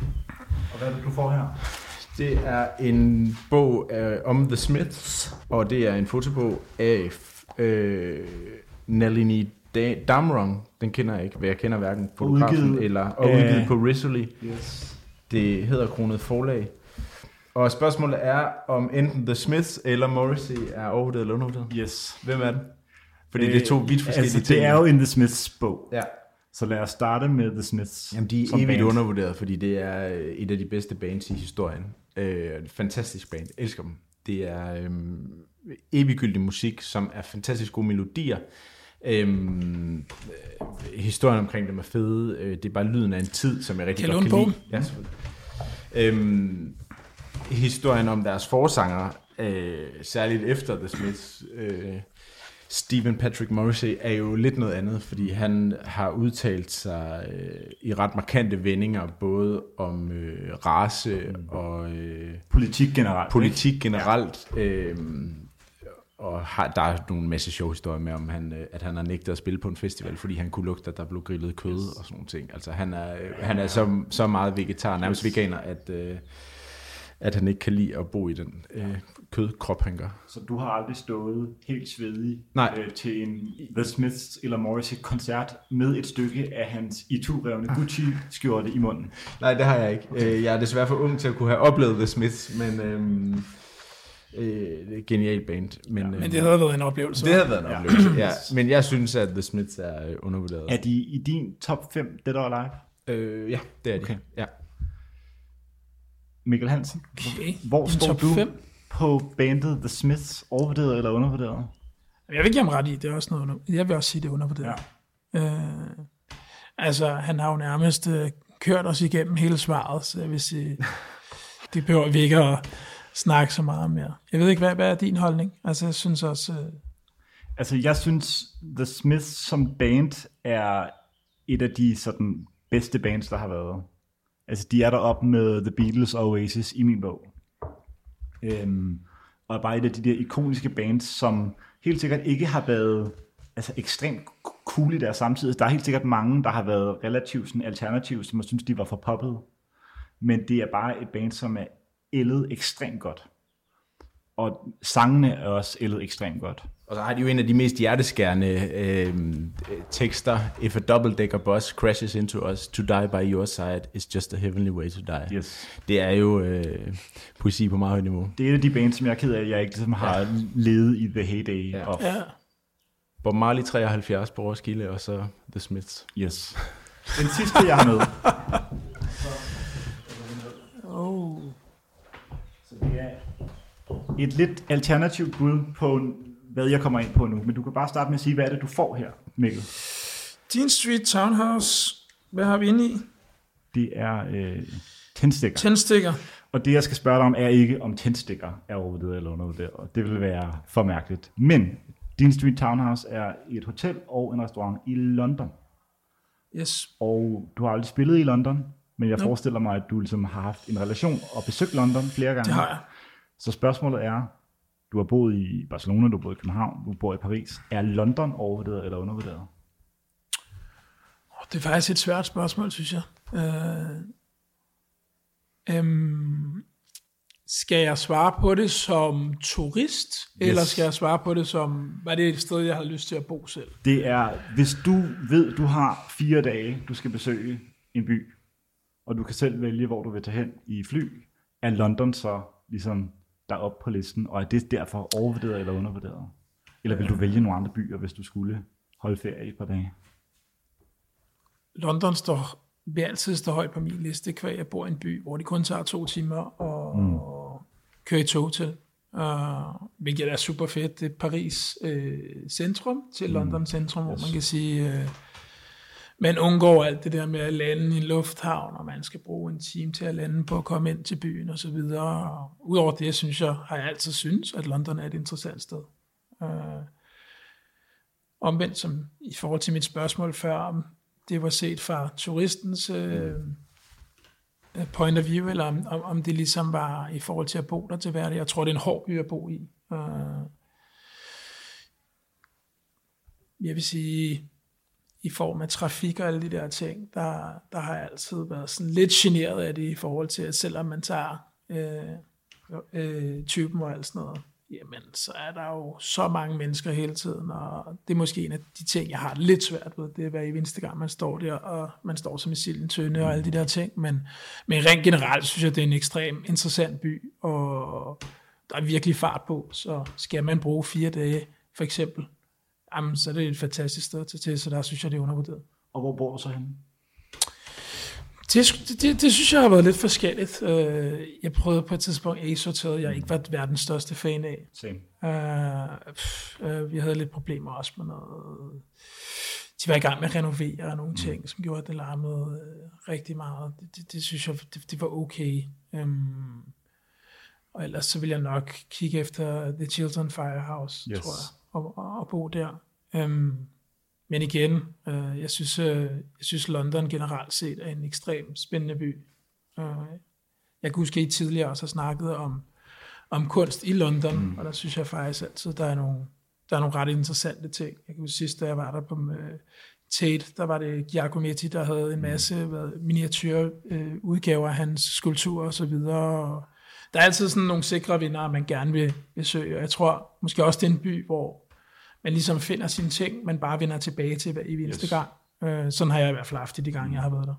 Og hvad er det, du får her? Det er en bog øh, om The Smiths, og det er en fotobog af øh, Nalini Da- Damrong. Den kender jeg ikke, hvad jeg kender hverken fotografen Udgivet eller og af- udgivet på Rizzoli. Yes. Det hedder Kronet Forlag. Og spørgsmålet er, om enten The Smiths eller Morrissey er overvurderet eller undervurderet. Yes. Hvem er det? Fordi det er to vidt forskellige altså, ting. det er jo in The Smiths bog. Ja. Så lad os starte med The Smiths. Jamen, de er som evigt band. undervurderet, fordi det er et af de bedste bands i historien. Øh, fantastisk band. Jeg elsker dem. Det er øhm, eviggyldig musik, som er fantastisk gode melodier. Øhm, øh, historien omkring dem er fede. Øh, det er bare lyden af en tid, som jeg rigtig Kan godt jeg kan låne lide. Ja, selvfølgelig. Øhm, historien om deres forsanger, øh, særligt efter The Smiths, øh, Stephen Patrick Morrissey, er jo lidt noget andet, fordi han har udtalt sig øh, i ret markante vendinger, både om øh, race og øh, Politik generelt. politik generelt. Øh, og har, der er nogle masse showhistorier med, om han, øh, at han har nægtet at spille på en festival, fordi han kunne lugte, at der blev grillet kød yes. og sådan nogle ting. Altså han er, han er så, så meget vegetar, nærmest veganer, at, øh, at han ikke kan lide at bo i den øh, kødkrop, han gør. Så du har aldrig stået helt svedig Nej. Øh, til en The Smiths eller Morrissey-koncert med et stykke af hans itu-revne Gucci-skjorte i munden? Nej, det har jeg ikke. Jeg er desværre for ung til at kunne have oplevet The Smiths, men øhm, øh, det er et genialt band. Men, Men det havde været en oplevelse. Det havde været en oplevelse, ja. Men jeg synes, at The Smiths er undervurderet. Er de i din top fem Dead or Alive? Øh, ja, det er de. Okay. Ja. Mikkel Hansen, Okay. hvor En står top du fem? på bandet The Smiths? Overvurderet eller undervurderet? Jeg vil give ham ret i, det er også noget under... Jeg vil også sige, det er undervurderet. Ja. Øh, altså, han har jo nærmest øh, kørt os igennem hele svaret, så jeg vil sige, det behøver vi ikke at snakke så meget mere. Jeg ved ikke, hvad, hvad er din holdning? Altså, jeg synes også... Øh... Altså, jeg synes, The Smiths som band er et af de sådan bedste bands, der har været. Altså, de er deroppe med The Beatles og Oasis i min bog. Øhm, og er bare et af de der ikoniske bands, som helt sikkert ikke har været altså, ekstremt cool i deres samtid. Der er helt sikkert mange, der har været relativt sådan, alternative, som jeg synes, de var for poppet. Men det er bare et band, som er ældet ekstremt godt. Og sangene er også ældet ekstremt godt. Og så har de jo en af de mest hjerteskærende øh, tekster. If a double-decker bus crashes into us, to die by your side is just a heavenly way to die. Yes. Det er jo øh, poesi på meget højt niveau. Det er et af de bands, som jeg er ked af, at jeg ikke ligesom har ja. levet i the heyday ja. of. Ja. Bob Marley treoghalvfjerds på Roskilde, og så The Smiths. Yes. Den sidste, jeg har med. Oh. Så det er et lidt alternativt bud på, hvad jeg kommer ind på nu. Men du kan bare starte med at sige, hvad er det, du får her, Mikkel? Dean Street Townhouse. Hvad har vi inde i? Det er øh, tændstikker. Tændstikker. Og det, jeg skal spørge dig om, er ikke, om tændstikker er overvurderet eller undervurderet. Det vil være for mærkeligt. Men Dean Street Townhouse er et hotel og en restaurant i London. Yes. Og du har aldrig spillet i London, men jeg no. forestiller mig, at du ligesom har haft en relation og besøgt London flere gange. Det har jeg. Så spørgsmålet er, du har boet i Barcelona, du har boet i København, du bor i Paris. Er London overvurderet eller undervurderet? Det er faktisk et svært spørgsmål, synes jeg. Øh, øhm, skal jeg svare på det som turist, yes. eller skal jeg svare på det som, hvad det er et sted, jeg har lyst til at bo selv? Det er, hvis du ved, du har fire dage, du skal besøge en by, og du kan selv vælge, hvor du vil tage hen i fly, er London så ligesom deroppe på listen, og er det derfor overvurderet eller undervurderet? Eller vil du vælge nogle andre byer, hvis du skulle holde ferie i et par dage? London står, vil altid stå højt på min liste, hver jeg bor i en by, hvor det kun tager to timer og mm. køre i tog til. Uh, hvilket er super fedt. Det er Paris øh, centrum til London centrum, mm. yes. hvor man kan sige, øh, man undgår alt det der med at lande i en lufthavn, og man skal bruge en time til at lande på at komme ind til byen og så videre. Og udover det, synes jeg, har jeg altid synes, at London er et interessant sted. Uh, omvendt som i forhold til mit spørgsmål før, om det var set fra turistens øh, point of view, eller om, om det ligesom var i forhold til at bo der til hverdag. Jeg tror, det er en hård by at bo i. Uh, jeg vil sige, i form af trafik og alle de der ting, der, der har jeg altid været sådan lidt generet af det i forhold til, at selvom man tager øh, øh, typen og alt sådan noget, jamen, så er der jo så mange mennesker hele tiden, og det er måske en af de ting, jeg har lidt svært ved, det er hver eneste gang, man står der, og man står som i silden tynde og alle de der ting, men, men rent generelt synes jeg, det er en ekstremt interessant by, og der er virkelig fart på, så skal man bruge fire dage, for eksempel, jamen, så er det et fantastisk sted til, til så der synes jeg, det er undervurderet. Og hvor bor du så henne? Det, det, det synes jeg har været lidt forskelligt. Jeg prøvede på et tidspunkt Ace Hotel, jeg ikke var verdens største fan af. Same. Uh, pff, uh, vi havde lidt problemer også med noget. De var i gang med at renovere nogle ting, mm. som gjorde, at det larmede uh, rigtig meget. Det, det, det synes jeg, det, det var okay. Um, og ellers så vil jeg nok kigge efter The Chiltern Firehouse, yes. tror jeg, og, og, og bo der. Um, Men igen, øh, jeg, synes, øh, jeg synes London generelt set er en ekstremt spændende by. Øh, jeg kan huske, at I tidligere også har snakket om, om kunst i London, mm. og der synes jeg faktisk altid, der er nogle, der er nogle ret interessante ting. Jeg kan huske sidst, da jeg var der på øh, Tate, der var det Giacometti, der havde en masse mm. miniatyrudgaver øh, af hans skulpturer og så videre. Og der er altid sådan nogle sikre vinder, man gerne vil besøge, og jeg tror måske også, det er en by, hvor man ligesom finder sine ting, man bare vender tilbage til hver eneste yes. gang. Øh, sådan har jeg i hvert fald haft det de gange, jeg har været der.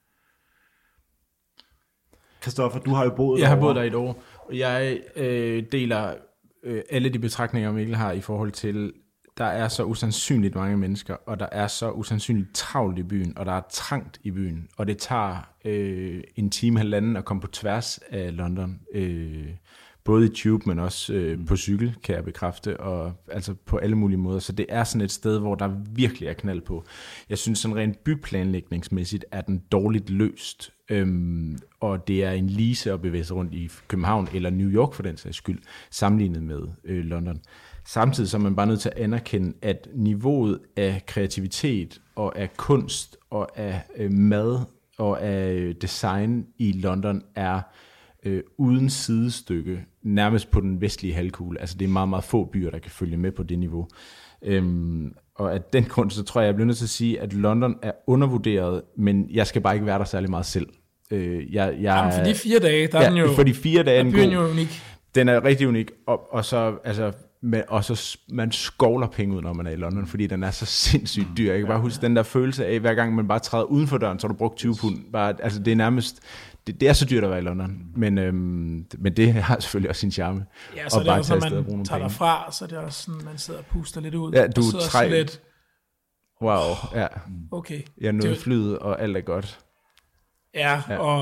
Christoffer, du har jo boet Jeg har derovre. boet der i et år, og jeg øh, deler øh, alle de betragtninger, Mikkel har i forhold til, der er så usandsynligt mange mennesker, og der er så usandsynligt travlt i byen, og der er trangt i byen, og det tager øh, en time, halvanden at komme på tværs af London, øh, både i tube, men også øh, på cykel, kan jeg bekræfte, og altså på alle mulige måder. Så det er sådan et sted, hvor der virkelig er knald på. Jeg synes sådan rent byplanlægningsmæssigt er den dårligt løst, øhm, og det er en lise at bevæge sig rundt i København, eller New York for den sags skyld, sammenlignet med øh, London. Samtidig så er man bare nødt til at anerkende, at niveauet af kreativitet, og af kunst, og af øh, mad, og af design i London er øh, uden sidestykke, nærmest på den vestlige halvkugle. Altså det er meget, meget få byer, der kan følge med på det niveau. Øhm, og af den grund, så tror jeg, jeg bliver nødt til at sige, at London er undervurderet, men jeg skal bare ikke være der særlig meget selv. Øh, jeg, jeg, Jamen, for de fire dage, der er ja, den jo, for de fire dage er den byen god. jo unik. Den er rigtig unik, og, og så, altså, med, og så man skovler penge ud, når man er i London, fordi den er så sindssygt dyr. Jeg kan bare huske den der følelse af, hver gang man bare træder uden for døren, så har du brugt tyve pund. Bare, altså, det er nærmest, det, det er så dyrt at være i London, men, øhm, men det har selvfølgelig også sin charme. Ja, så er det også, når man tager derfra, så er det også sådan, man sidder og puster lidt ud. Ja, du og træ... lidt. Wow, ja. Okay. Jeg nåede det... flyet, og alt er godt. Ja, ja. og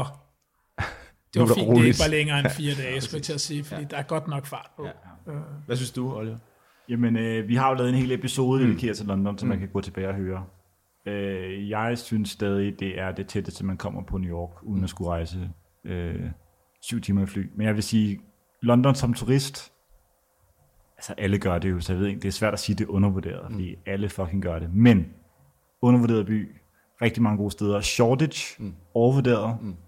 det var fint, det ikke var længere end fire dage, skulle jeg til at sige, fordi ja. der er godt nok fart på. Ja. Hvad synes du, Oliver? Jamen, øh, vi har jo lavet en hel episode, mm. dedikeret til London, som mm. man kan gå tilbage og høre. Øh, jeg synes stadig, det er det tætteste, man kommer på New York, uden at skulle rejse øh, syv timer i fly. Men jeg vil sige, London som turist, altså alle gør det jo, så jeg ved ikke, det er svært at sige, det er undervurderet, mm. fordi alle fucking gør det. Men, undervurderet by, rigtig mange gode steder. Shoreditch, mm. overvurderet. Mm.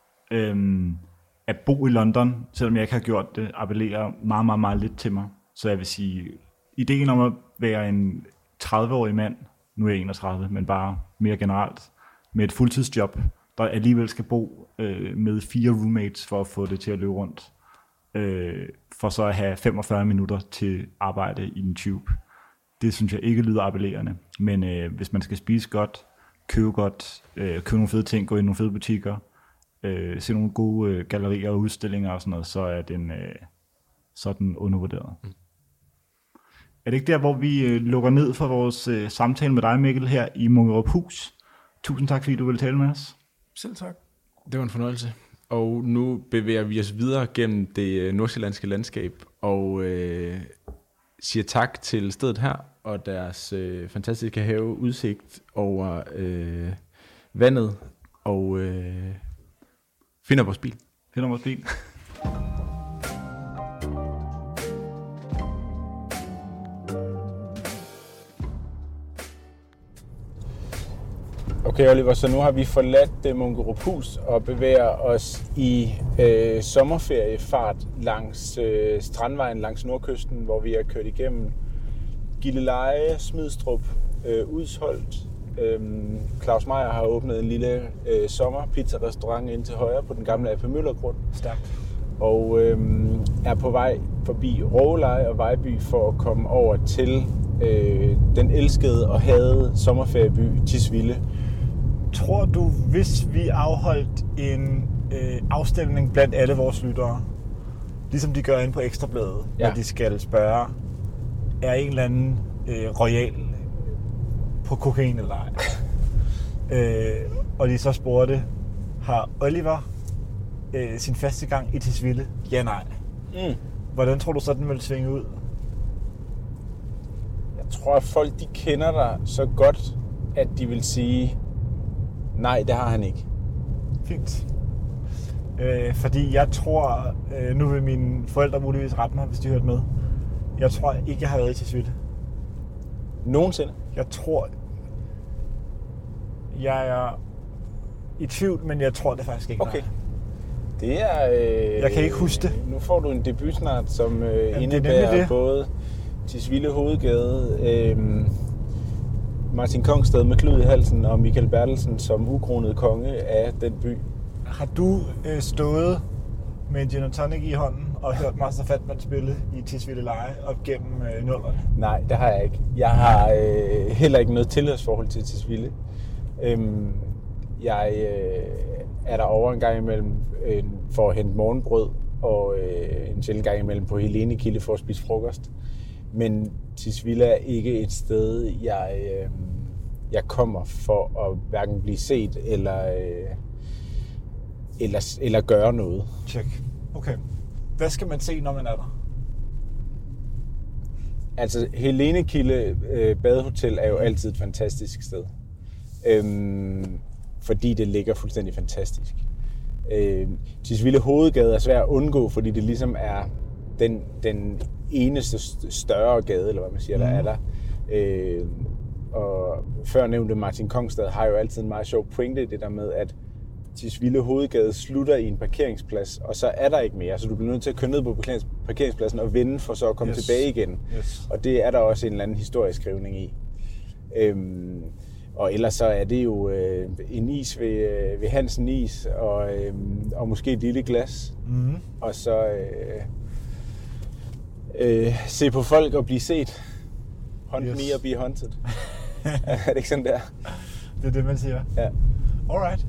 Øhm, at bo i London, selvom jeg ikke har gjort det, appellerer meget, meget, meget lidt til mig. Så jeg vil sige, ideen om at være en tredive-årig mand, nu er jeg enogtredive, men bare mere generelt, med et fuldtidsjob, der alligevel skal bo øh, med fire roommates for at få det til at løbe rundt, øh, for så at have femogfyrre minutter til arbejde i en tube. Det synes jeg ikke lyder appellerende. Men øh, hvis man skal spise godt, købe godt, øh, købe nogle fede ting, gå i nogle fede butikker, øh, se nogle gode øh, gallerier og udstillinger og sådan noget, så er den, øh, så er den undervurderet. Mm. Er det ikke der, hvor vi øh, lukker ned for vores øh, samtale med dig, Mikkel, her i Munkerup Hus? Tusind tak, fordi du ville tale med os. Selv tak. Det var en fornøjelse. Og nu bevæger vi os videre gennem det nordsjællandske landskab, og øh, siger tak til stedet her, og deres øh, fantastiske have udsigt over øh, vandet, og øh, finder vores bil. Finder vores bil. Okay, Oliver, så nu har vi forladt uh, Munkerup Hus og bevæger os i øh, sommerferiefart langs øh, Strandvejen, langs Nordkysten, hvor vi har kørt igennem Gilleleje, Smidstrup, øh, Udsholt. Øhm, Claus Meyer har åbnet en lille øh, sommerpizza-restaurant ind til højre på den gamle A P Møller-grund. Stærkt. Og øhm, er på vej forbi Rågeleje og Vejby for at komme over til øh, den elskede og hadede sommerferieby Tisvilde. Tror du, hvis vi afholdt en øh, afstemning blandt alle vores lyttere, ligesom de gør inde på Ekstrabladet, ja. Når de skal spørge, er en eller anden øh, royal på kokain eller ej? øh, og de så spurgte, har Oliver øh, sin faste gang i Tisvilde? Ja, nej. Mm. Hvordan tror du så, den vil svinge ud? Jeg tror, at folk de kender dig så godt, at de vil sige, nej, det har han ikke. Fint. Øh, fordi jeg tror, øh, nu vil mine forældre muligvis rette mig, hvis de hørte med. Jeg tror ikke, jeg har været i Tisvilde. Nogensinde? Jeg tror, jeg er i tvivl, men jeg tror det faktisk ikke. Okay. Det er... Øh, jeg kan ikke huske det. Nu får du en debut snart, som øh, Jamen, indebærer både Tisvilde Hovedgade, øh, Martin Kongsted med klud i halsen og Michael Bertelsen som ukronet konge af den by. Har du øh, stået med en gin and tonic i hånden og hørt Master Fatman spille i Tisvilde Leje op gennem øh, nullerne? Nej, det har jeg ikke. Jeg har øh, heller ikke noget tilhørsforhold til Tisvilde. Øhm, jeg øh, er der over en gang imellem øh, for at hente morgenbrød, og øh, en sjældent gang imellem på Helenekilde for at spise frokost. Men Tisvilde er ikke et sted, jeg, øh, jeg kommer for at hverken blive set eller, øh, eller, eller gøre noget. Check. Okay. Hvad skal man se, når man er der? Altså, Helenekilde øh, Badehotel er jo altid et fantastisk sted. Øhm, fordi det ligger fuldstændig fantastisk. Øhm, Tisvilde Hovedgade er svær at undgå, fordi det ligesom er den, den eneste større gade, eller hvad man siger, der mm. er der. Øhm, og før nævnte Martin Kongstad har jo altid en meget sjov pointe i det der med, at Tisvilde Hovedgade slutter i en parkeringsplads, og så er der ikke mere. Så du bliver nødt til at køre ned på parkeringspladsen og vende for så at komme yes. tilbage igen. Yes. Og det er der også en eller anden historieskrivning i. Øhm, og ellers så er det jo øh, en is ved, øh, ved Hansen Is, og, øh, og måske et lille glas. Mm. Og så øh, øh, se på folk og blive set. Hunt yes. me og be hunted. Er det ikke sådan der? Det er det, man siger. Ja. Alright.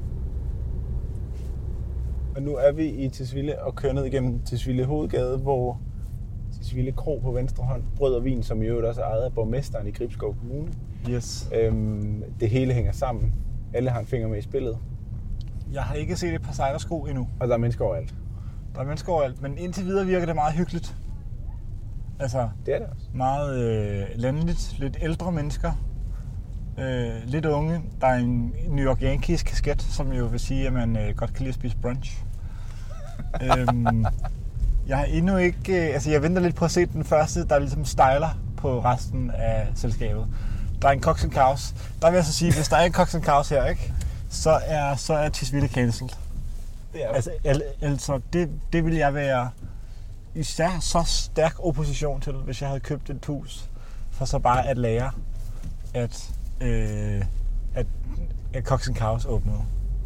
Og nu er vi i Tisvilde og kører ned igennem Tisvilde Hovedgade, hvor Tisvilde Kro på venstre hånd, Brød og Vin, som i øvrigt også er ejet af borgmesteren i Gribskov Kommune. Yes. Øhm, det hele hænger sammen. Alle har en finger med i spillet. Jeg har ikke set et par sejlersko endnu. Og der er mennesker overalt. Der er mennesker overalt, men indtil videre virker det meget hyggeligt. Altså, det er det også. Meget øh, landligt, lidt ældre mennesker. Øh, lidt unge. Der er en New York Yankees kasket, som jo vil sige, at man øh, godt kan lide at spise brunch. øhm, jeg har endnu ikke... Øh, altså, jeg venter lidt på at se den første, der ligesom styler på resten af selskabet. Der er en Cox and Cows. Der vil jeg så sige, hvis der er en Cox and Cows her, ikke, så er, så er Tisvilde cancelled. Det er altså, al, altså det, det vil jeg være især så stærk opposition til, hvis jeg havde købt et hus, for så bare at lære, at, øh, at, at Cox and Cows åbnede.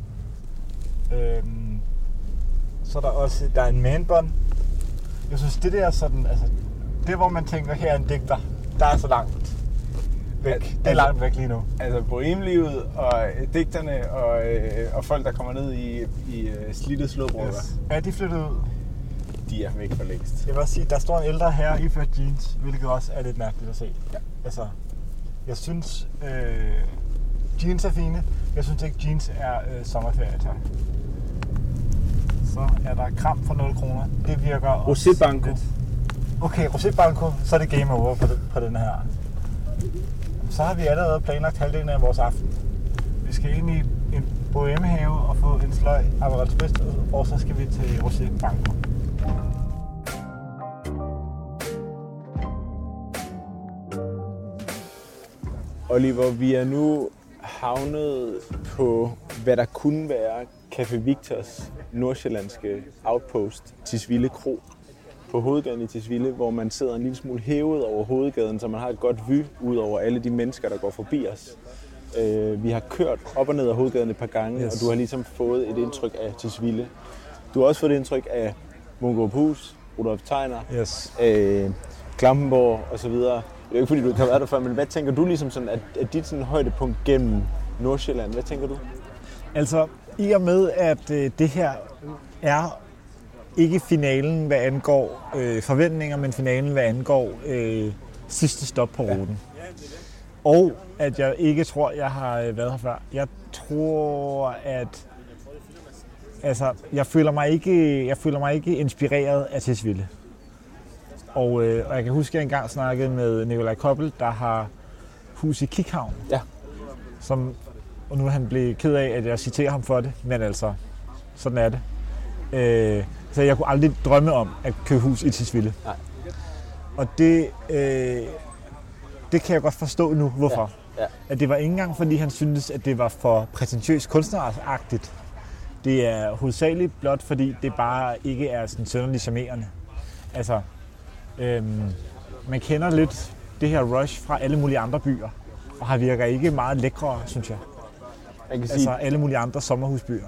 Øhm, så er der også der er en manbånd. Jeg synes, det der sådan, altså, det hvor man tænker, her er en digter, der er så langt væk. Altså, det er langt væk lige nu. Altså bohemlivet og digterne og, øh, og folk, der kommer ned i, i uh, slidtet slåbrødder. Yes. Er de flyttet ud? De er væk for længst. Jeg vil også sige, der står en ældre herre i ført jeans, hvilket også er lidt mærkeligt at se. Ja. Altså, jeg synes, øh, jeans er fine. Jeg synes ikke, jeans er øh, sommerferietøj. Så er der kram for nul kroner. Det virker Rosé Banco. Okay, Rosé Banco, så er det game over på, den, på den her. Så har vi allerede planlagt halvdelen af vores aften. Vi skal ind i en bohemehave og få en sløj Aperol Spritz, og så skal vi til Rosé Banco. Oliver, vi er nu havnet på, hvad der kunne være Café Victors nordsjællandske outpost, Tisvilde Kro, på hovedgaden i Tisvilde, hvor man sidder en lille smule hævet over hovedgaden, så man har et godt vy ud over alle de mennesker, der går forbi os. Øh, vi har kørt op og ned af hovedgaden et par gange, yes. Og du har ligesom fået et indtryk af Tisvilde. Du har også fået et indtryk af Munkeruphus, Rudolf Tegner, yes. øh, Klampenborg osv. Det er jo ikke fordi, du har været der før, men hvad tænker du ligesom sådan, at, at dit sådan højdepunkt gennem Nordsjælland, hvad tænker du? Altså, i og med, at øh, det her er ikke finalen, hvad angår øh, forventninger, men finalen, hvad angår øh, sidste stop på ruten. Ja. Og at jeg ikke tror, jeg har været her før. Jeg tror, at altså, jeg føler mig ikke, jeg føler mig ikke inspireret af Tisvilde. Og, øh, og jeg kan huske, at jeg engang snakkede med Nikolaj Koppel, der har hus i Kikhavn. Ja. Som, og nu er han blevet ked af, at jeg citerer ham for det, men altså, sådan er det. Øh, så jeg kunne aldrig drømme om at købe hus i Tisvilde. Nej. Og det, øh, det kan jeg godt forstå nu, hvorfor. Ja. Ja. At det var ikke engang, fordi han syntes, at det var for prætentiøst kunstneragtigt. Det er hovedsageligt blot, fordi det bare ikke er sådan sønderligt charmerende. Altså, øhm, man kender lidt det her rush fra alle mulige andre byer, og har virker ikke meget lækrere, synes jeg. Jeg kan altså sige, alle mulige andre sommerhusbyer.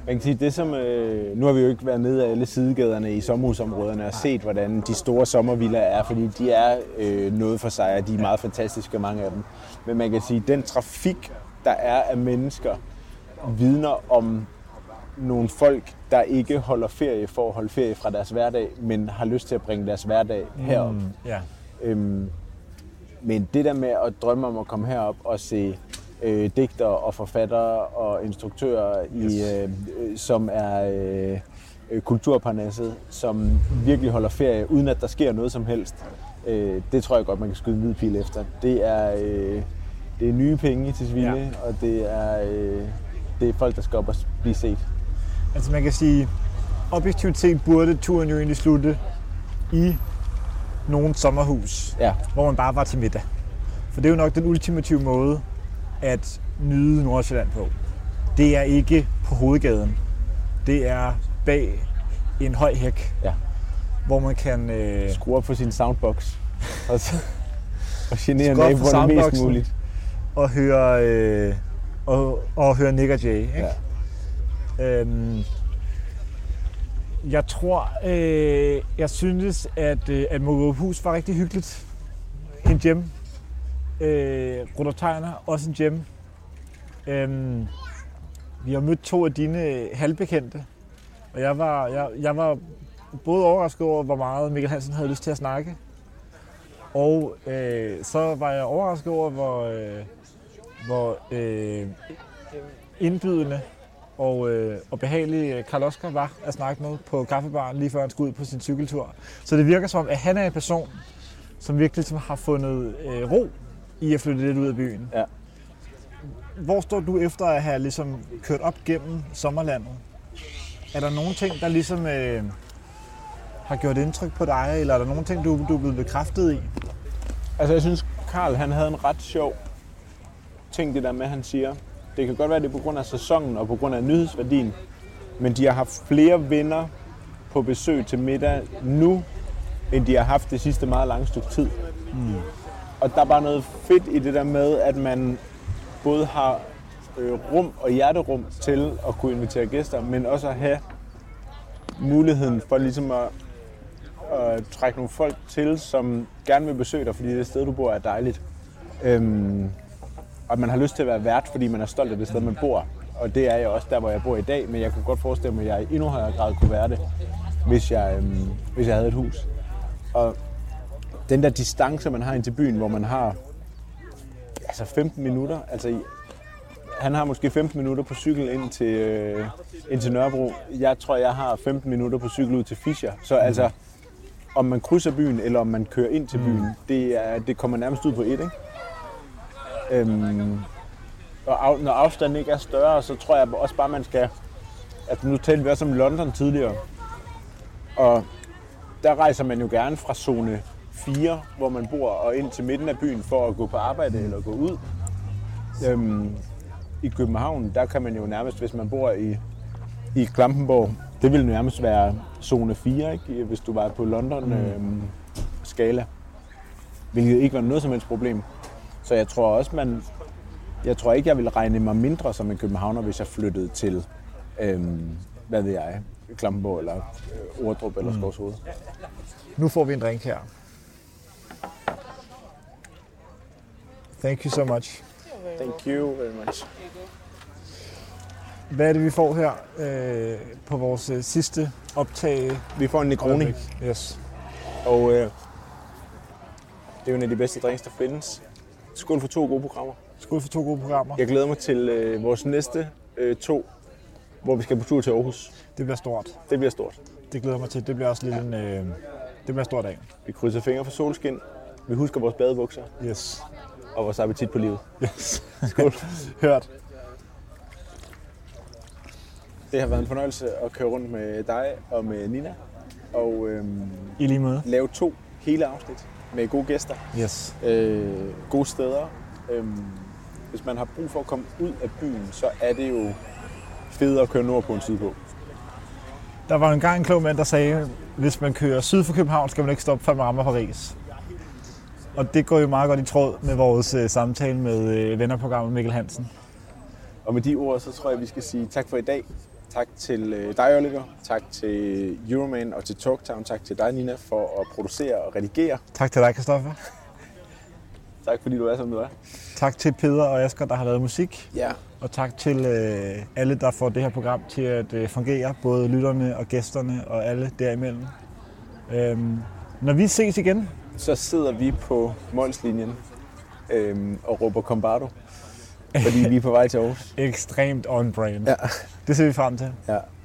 Man kan sige, det som, øh, nu har vi jo ikke været nede af alle sidegaderne i sommerhusområderne og set, hvordan de store sommervillaer er, fordi de er øh, noget for sig, og de er meget fantastiske, mange af dem. Men man kan sige, at den trafik, der er af mennesker, vidner om nogle folk, der ikke holder ferie for at holde ferie fra deres hverdag, men har lyst til at bringe deres hverdag herop. Mm, yeah. øhm, men det der med at drømme om at komme herop og se øh, digtere og forfattere og instruktører, i, øh, som er øh, kulturparnasset, som virkelig holder ferie, uden at der sker noget som helst, øh, det tror jeg godt, man kan skyde en hvid pil efter. Det er, øh, det er nye penge til Tisvilde, ja. Og det er, øh, det er folk, der skal op og blive set. Altså man kan sige, objektivt set burde turen jo egentlig slutte i nogen sommerhus, ja. Hvor man bare var til middag. For det er jo nok den ultimative måde at nyde Nordsjælland på. Det er ikke på hovedgaden. Det er bag en høj hæk, ja. Hvor man kan øh... skrue op for sin soundbox og, og genere naboerne mest muligt. Og høre, øh... og, og høre Nick og Jay. Ikke? Ja. Øhm, jeg tror, øh, jeg synes, at, øh, at Mågehus var rigtig hyggeligt. En gem. Øh, Rudolf Tegner, også en gem. Øhm, vi har mødt to af dine halvbekendte, og jeg var, jeg, jeg var både overrasket over, hvor meget Mikkel Hansen havde lyst til at snakke, og øh, så var jeg overrasket over, hvor, øh, hvor øh, indbydende og, øh, og behagelig Karl Oskar var at snakke med på kaffebaren, lige før han skulle ud på sin cykeltur. Så det virker som, at han er en person, som virkelig som har fundet øh, ro i at flytte lidt ud af byen. Ja. Hvor står du efter at have ligesom kørt op gennem sommerlandet? Er der nogle ting, der ligesom øh, har gjort indtryk på dig, eller er der nogle ting, du, du er blevet bekræftet i? Altså jeg synes, Karl han havde en ret sjov ting, det der med, han siger. Det kan godt være, det er på grund af sæsonen og på grund af nyhedsværdien, men de har haft flere venner på besøg til middag nu, end de har haft det sidste meget lange stykke tid. Mm. Og der er bare noget fedt i det der med, at man både har øh, rum og hjerterum til at kunne invitere gæster, men også at have muligheden for ligesom at, at trække nogle folk til, som gerne vil besøge dig, fordi det sted, du bor, er dejligt. Øhm, og man har lyst til at være vært, fordi man er stolt af det sted, man bor. Og det er jeg også der, hvor jeg bor i dag, men jeg kunne godt forestille mig, at jeg i endnu højere grad kunne være det, hvis jeg, øhm, hvis jeg havde et hus. Og den der distance, man har ind til byen, hvor man har altså femten minutter, altså han har måske femten minutter på cykel ind til, øh, ind til Nørrebro. Jeg tror, jeg har femten minutter på cykel ud til Fischer. Så mm. altså, om man krydser byen, eller om man kører ind til byen, mm. det, er, det kommer nærmest ud på et, ikke? Øhm, og af, når afstanden ikke er større, så tror jeg også bare, man skal... Altså, nu talte vi også om London tidligere, og der rejser man jo gerne fra zone fire, hvor man bor, og ind til midten af byen for at gå på arbejde mm. eller gå ud. Øhm, I København, der kan man jo nærmest, hvis man bor i, i Klampenborg, det vil nærmest være zone fire, ikke? Hvis du var på London mm. øhm, skala, hvilket ikke var noget som helst problem. Så jeg tror også, man, jeg tror ikke, jeg ville regne mig mindre som en københavner, hvis jeg flyttede til, øhm, hvad ved jeg, Klampenborg eller øh, Ordrup eller mm. Skovshoved. Nu får vi en drink her. Thank you so much. Thank you very much. Hvad er det, vi får her øh, på vores øh, sidste optag? Vi får en Negroni. Yes. Og øh, det er jo en af de bedste drinks, der findes. Skål for to gode programmer. Skål for to gode programmer. Jeg glæder mig til øh, vores næste øh, to, hvor vi skal på tur til Aarhus. Det bliver stort. Det bliver stort. Det glæder mig til. Det bliver også lidt ja. en, øh, det bliver en stor dag. Vi krydser fingre for solskin. Vi husker vores badebukser. Yes. Og vores appetit på livet. Yes. Skål. Hørt. Det har været en fornøjelse at køre rundt med dig og med Nina. Og øhm, i lige måde. Lave to hele afsnit med gode gæster. Yes. Øh, gode steder. Øhm, hvis man har brug for at komme ud af byen, så er det jo federe at køre nordpå end sydpå. Der var en gang en klog mand, der sagde, hvis man kører syd for København, skal man ikke stoppe, før man rammer Paris. Og det går jo meget godt i tråd med vores øh, samtale med øh, vennerprogrammet Mikkel Hansen. Og med de ord, så tror jeg, vi skal sige tak for i dag. Tak til øh, dig, Oliver. Tak til Euroman og til Talktown. Tak til dig, Nina, for at producere og redigere. Tak til dig, Christoffer. Tak fordi du er, som du er. Tak til Peder og Asger, der har lavet musik. Ja. Og tak til øh, alle, der får det her program til at øh, fungere. Både lytterne og gæsterne og alle derimellem. Øhm, når vi ses igen, så sidder vi på målslinjen øhm, og råber Combardo. Fordi vi er på vej til Aarhus. Ekstremt on-brand. Ja. Det ser vi frem til. Ja.